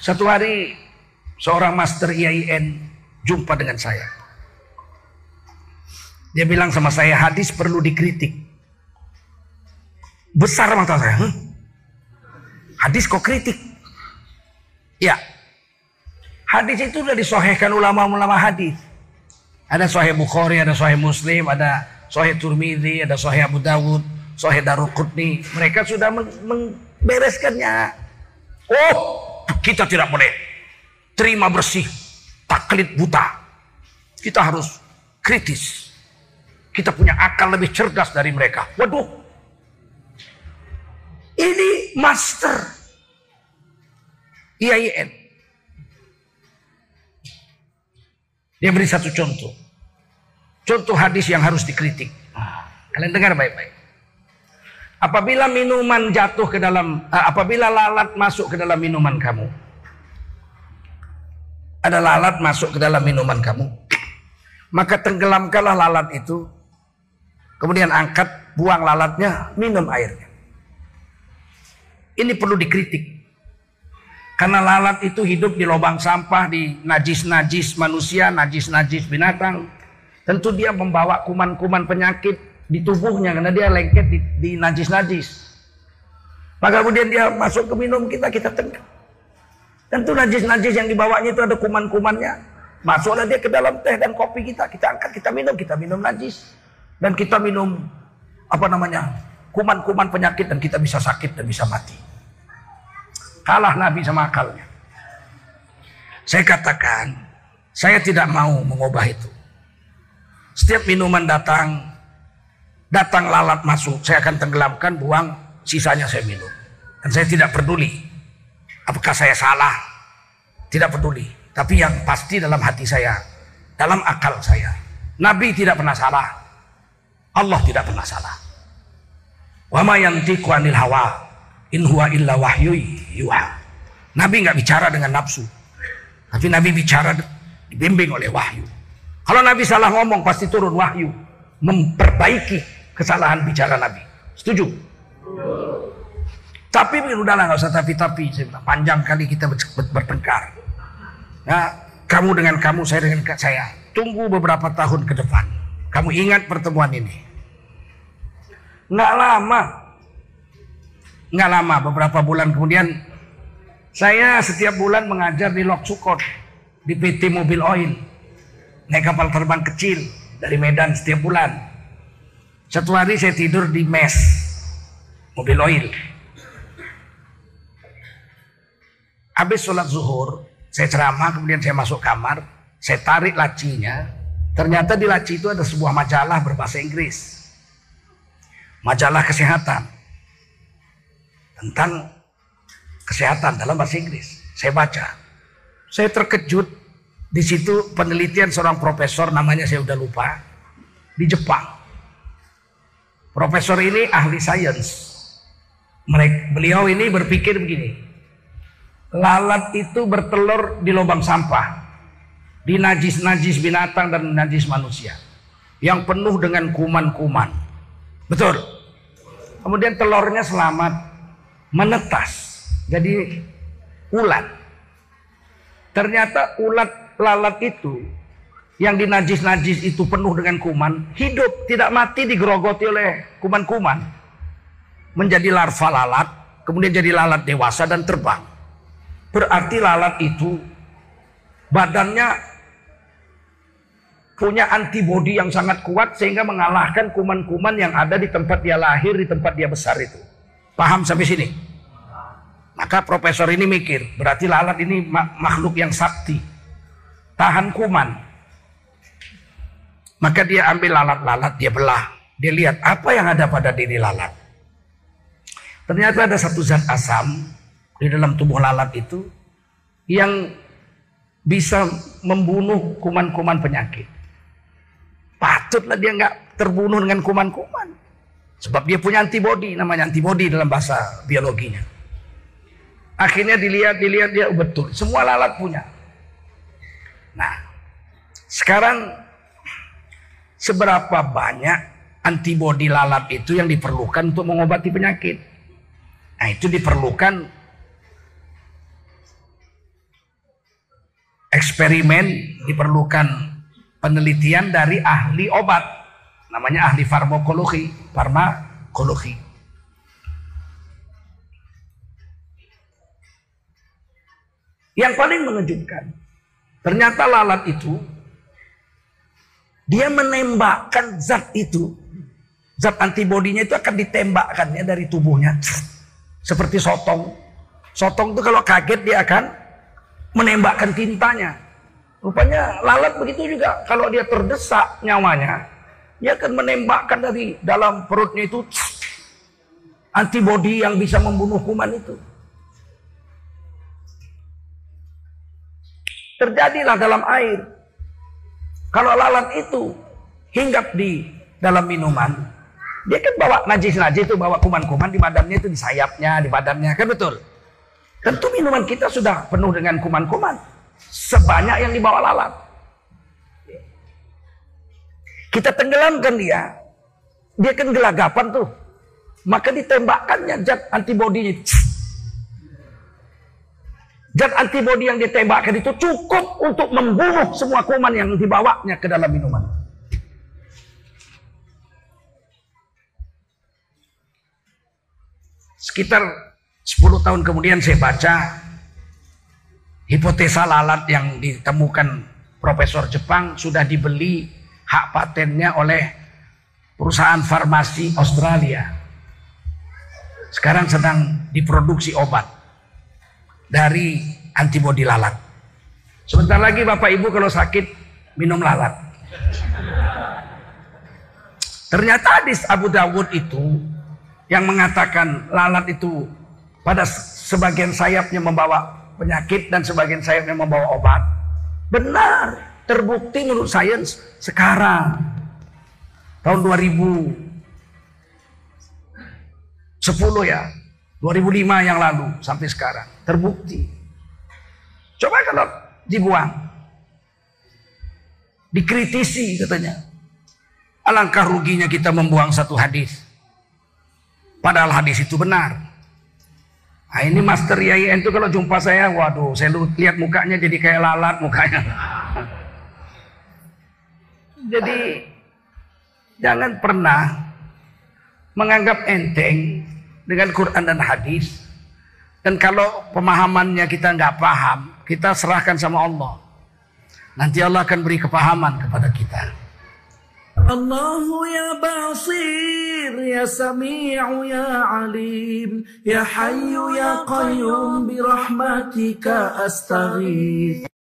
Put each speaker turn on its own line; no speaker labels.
Satu hari seorang master IAIN jumpa dengan saya. Dia bilang sama saya, hadis perlu dikritik. Besar mata saya. Hadis kok kritik? Ya. Hadis itu sudah disohhikan ulama-ulama hadis. Ada Sahih Bukhari, ada Sahih Muslim, ada Sahih Turmidzi, ada Sahih Abu Dawud, Sahih Daruqutni. Mereka sudah membereskannya. Oh, kita tidak boleh terima bersih, taklid buta. Kita harus kritis. Kita punya akal lebih cerdas dari mereka. Waduh, ini master IAIN. Dia beri satu contoh. Contoh hadis yang harus dikritik. Kalian dengar baik-baik. Apabila minuman jatuh ke dalam, apabila lalat masuk ke dalam minuman kamu. Ada lalat masuk ke dalam minuman kamu. Maka tenggelamkanlah lalat itu. Kemudian angkat, buang lalatnya, minum airnya. Ini perlu dikritik. Karena lalat itu hidup di lubang sampah, di najis-najis manusia, najis-najis binatang. Tentu dia membawa kuman-kuman penyakit di tubuhnya karena dia lengket di najis-najis. Maka kemudian dia masuk ke minum kita tenggelam. Tentu najis-najis yang dibawanya itu ada kuman-kumannya. Masuklah dia ke dalam teh dan kopi kita angkat, kita minum najis. Dan kita minum kuman-kuman penyakit dan kita bisa sakit dan bisa mati. Kalah Nabi sama akalnya. Saya katakan, saya tidak mau mengubah itu. Setiap minuman datang lalat masuk, saya akan tenggelamkan, buang, sisanya saya minum. Dan saya tidak peduli apakah saya salah, tidak peduli. Tapi yang pasti dalam hati saya, dalam akal saya, Nabi tidak pernah salah, Allah tidak pernah salah. Wa ma yantiqu 'anil hawa in huwa illa wahyu yuha. Nabi nggak bicara dengan nafsu, tapi Nabi bicara dibimbing oleh wahyu. Kalau Nabi salah ngomong pasti turun wahyu memperbaiki kesalahan bicara Nabi. Setuju? Tapi udahlah, nggak usah tapi. Saya bilang, panjang kali kita bertengkar. Nah, kamu dengan kamu, saya dengan saya. Tunggu beberapa tahun ke depan. Kamu ingat pertemuan ini. Nggak lama, beberapa bulan kemudian, saya setiap bulan mengajar di Lok Sukot, di PT Mobil Oil. Naik kapal terbang kecil dari Medan setiap bulan. Satu hari saya tidur di mes Mobil Oil. Habis sholat zuhur, saya ceramah, kemudian saya masuk kamar, saya tarik lacinya. Ternyata di laci itu ada sebuah majalah berbahasa Inggris. Majalah kesehatan. Tentang kesehatan dalam bahasa Inggris. Saya baca. Saya terkejut. Di situ penelitian seorang profesor, namanya saya udah lupa, di Jepang. Profesor ini ahli sains. Beliau ini berpikir begini. Lalat itu bertelur di lubang sampah. Di najis-najis binatang dan najis manusia. Yang penuh dengan kuman-kuman. Betul. Kemudian telurnya selamat menetas. Jadi ulat. Ternyata lalat itu yang di najis-najis itu penuh dengan kuman, hidup, tidak mati, digerogoti oleh kuman-kuman. Menjadi larva lalat, kemudian jadi lalat dewasa dan terbang. Berarti lalat itu badannya punya antibodi yang sangat kuat sehingga mengalahkan kuman-kuman yang ada di tempat dia lahir, di tempat dia besar itu. Paham sampai sini? Maka profesor ini mikir, berarti lalat ini makhluk yang sakti, tahan kuman. Maka dia ambil lalat-lalat, dia belah, dia lihat apa yang ada pada diri lalat. Ternyata ada satu zat asam di dalam tubuh lalat itu yang bisa membunuh kuman-kuman penyakit. Patutlah dia nggak terbunuh dengan kuman-kuman, sebab dia punya antibodi, namanya antibodi dalam bahasa biologinya. Akhirnya dilihat dia betul, semua lalat punya. Nah, sekarang seberapa banyak antibodi lalat itu yang diperlukan untuk mengobati penyakit? Nah, itu diperlukan eksperimen, diperlukan penelitian dari ahli obat. Namanya ahli farmakologi. Yang paling mengejutkan, ternyata lalat itu, dia menembakkan zat itu. Zat antibodinya itu akan ditembakkannya dari tubuhnya. Seperti sotong. Sotong itu kalau kaget dia akan menembakkan tintanya. Rupanya lalat begitu juga. Kalau dia terdesak nyawanya, dia akan menembakkan dari dalam perutnya itu antibodi yang bisa membunuh kuman itu. Terjadilah dalam air. Kalau lalat itu hinggap di dalam minuman, dia kan bawa najis-najis itu, bawa kuman-kuman di badannya itu, di sayapnya, di badannya, kan betul? Tentu minuman kita sudah penuh dengan kuman-kuman, sebanyak yang dibawa lalat. Kita tenggelamkan dia kan gelagapan tuh, maka ditembakkannya zat antibodinya. Zat antibodi yang ditembakkan itu cukup untuk membunuh semua kuman yang dibawanya ke dalam minuman. Sekitar 10 tahun kemudian saya baca hipotesa lalat yang ditemukan Profesor Jepang sudah dibeli hak patennya oleh perusahaan farmasi Australia. Sekarang sedang diproduksi obat dari antibodi lalat. Sebentar lagi Bapak Ibu kalau sakit minum lalat. Ternyata hadis Abu Dawud itu yang mengatakan lalat itu pada sebagian sayapnya membawa penyakit dan sebagian sayapnya membawa obat. Benar, terbukti menurut sains sekarang. Tahun 2010 ya. 2005 yang lalu sampai sekarang terbukti. Coba kalau dibuang, dikritisi katanya, alangkah ruginya kita membuang satu hadis, padahal hadis itu benar. Nah, ini Master IAIN itu kalau jumpa saya, waduh, saya lihat mukanya jadi kayak lalat mukanya. Jadi jangan pernah menganggap enteng dengan Quran dan hadis. Dan kalau pemahamannya kita nggak paham, kita serahkan sama Allah. Nanti Allah akan beri kepahaman kepada kita. Allahu ya basir, ya sami'u ya alim, ya hayyu ya qayyum, bi rahmatika astaghith.